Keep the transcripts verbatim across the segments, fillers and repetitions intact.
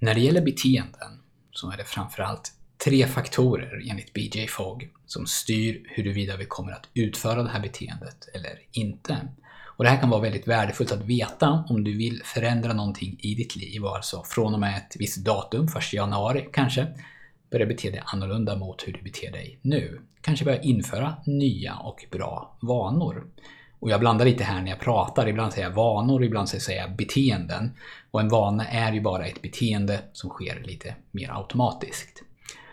När det gäller beteenden så är det framförallt tre faktorer enligt B J Fogg som styr huruvida vi kommer att utföra det här beteendet eller inte. Och det här kan vara väldigt värdefullt att veta om du vill förändra någonting i ditt liv, alltså från och med ett visst datum, första januari kanske, börja bete dig annorlunda mot hur du beter dig nu. Kanske börja införa nya och bra vanor. Och jag blandar lite här när jag pratar, ibland säger jag vanor, ibland säger jag beteenden. Och en vana är ju bara ett beteende som sker lite mer automatiskt.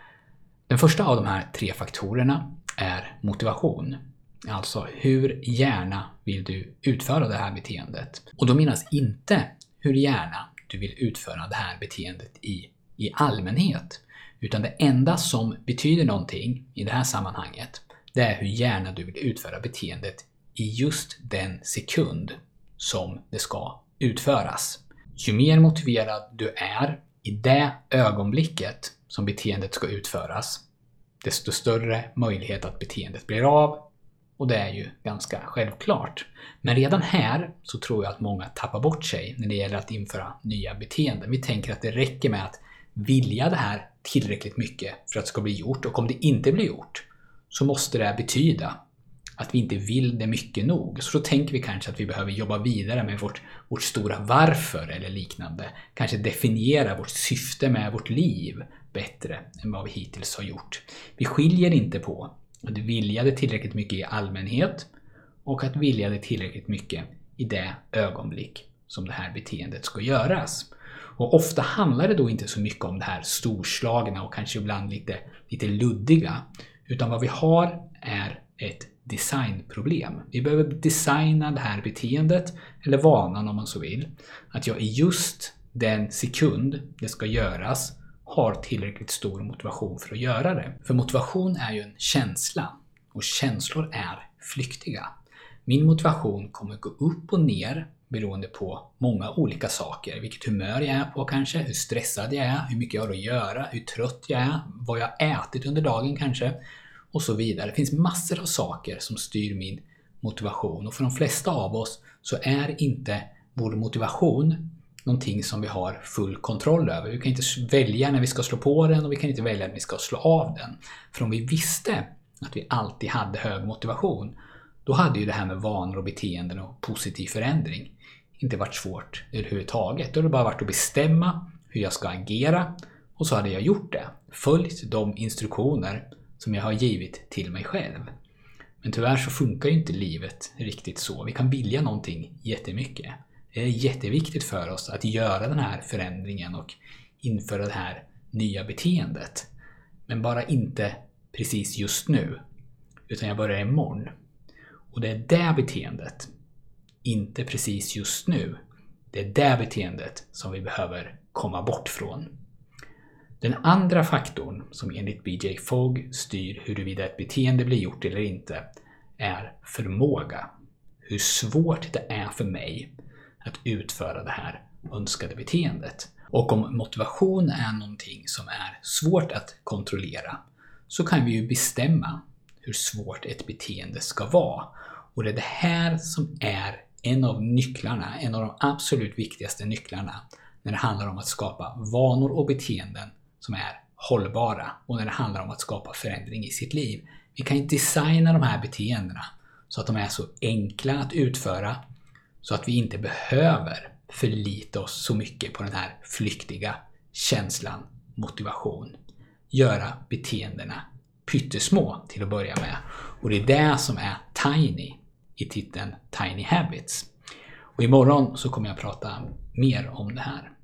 Den första av de här tre faktorerna är motivation. Alltså hur gärna vill du utföra det här beteendet? Och då menas inte hur gärna du vill utföra det här beteendet i, i allmänhet. Utan det enda som betyder någonting i det här sammanhanget, det är hur gärna du vill utföra beteendet i just den sekund som det ska utföras. Ju mer motiverad du är i det ögonblicket som beteendet ska utföras, desto större möjlighet att beteendet blir av. Och det är ju ganska självklart. Men redan här så tror jag att många tappar bort sig när det gäller att införa nya beteenden. Vi tänker att det räcker med att vilja det här tillräckligt mycket för att det ska bli gjort. Och om det inte blir gjort så måste det betyda att vi inte vill det mycket nog. Så då tänker vi kanske att vi behöver jobba vidare med vårt, vårt stora varför eller liknande. Kanske definiera vårt syfte med vårt liv bättre än vad vi hittills har gjort. Vi skiljer inte på att vilja det tillräckligt mycket i allmänhet och att vilja det tillräckligt mycket i det ögonblick som det här beteendet ska göras. Och ofta handlar det då inte så mycket om det här storslagna och kanske ibland lite, lite luddiga. Utan vad vi har är ett designproblem. Vi behöver designa det här beteendet, eller vanan om man så vill. Att jag i just den sekund det ska göras har tillräckligt stor motivation för att göra det. För motivation är ju en känsla och känslor är flyktiga. Min motivation kommer gå upp och ner beroende på många olika saker. Vilket humör jag är på kanske, hur stressad jag är, hur mycket jag har att göra, hur trött jag är, vad jag har ätit under dagen kanske och så vidare. Det finns massor av saker som styr min motivation och för de flesta av oss så är inte vår motivation någonting som vi har full kontroll över. Vi kan inte välja när vi ska slå på den och vi kan inte välja när vi ska slå av den. För om vi visste att vi alltid hade hög motivation, då hade ju det här med vanor och beteenden och positiv förändring inte varit svårt överhuvudtaget. Då hade det bara varit att bestämma hur jag ska agera och så hade jag gjort det. Följt de instruktioner som jag har givit till mig själv. Men tyvärr så funkar ju inte livet riktigt så. Vi kan vilja någonting jättemycket. Det är jätteviktigt för oss att göra den här förändringen och införa det här nya beteendet. Men bara inte precis just nu, utan jag börjar imorgon. Och det är det beteendet, inte precis just nu, det är det beteendet som vi behöver komma bort från. Den andra faktorn som enligt B J Fogg styr huruvida ett beteende blir gjort eller inte är förmåga. Hur svårt det är för mig att utföra det här önskade beteendet. Och om motivation är någonting som är svårt att kontrollera så kan vi ju bestämma hur svårt ett beteende ska vara. Och det är det här som är en av nycklarna, en av de absolut viktigaste nycklarna när det handlar om att skapa vanor och beteenden som är hållbara och när det handlar om att skapa förändring i sitt liv. Vi kan designa de här beteendena så att de är så enkla att utföra så att vi inte behöver förlita oss så mycket på den här flyktiga känslan, motivation. Göra beteendena pyttesmå till att börja med. Och det är det som är Tiny i titeln Tiny Habits. Och imorgon så kommer jag prata mer om det här.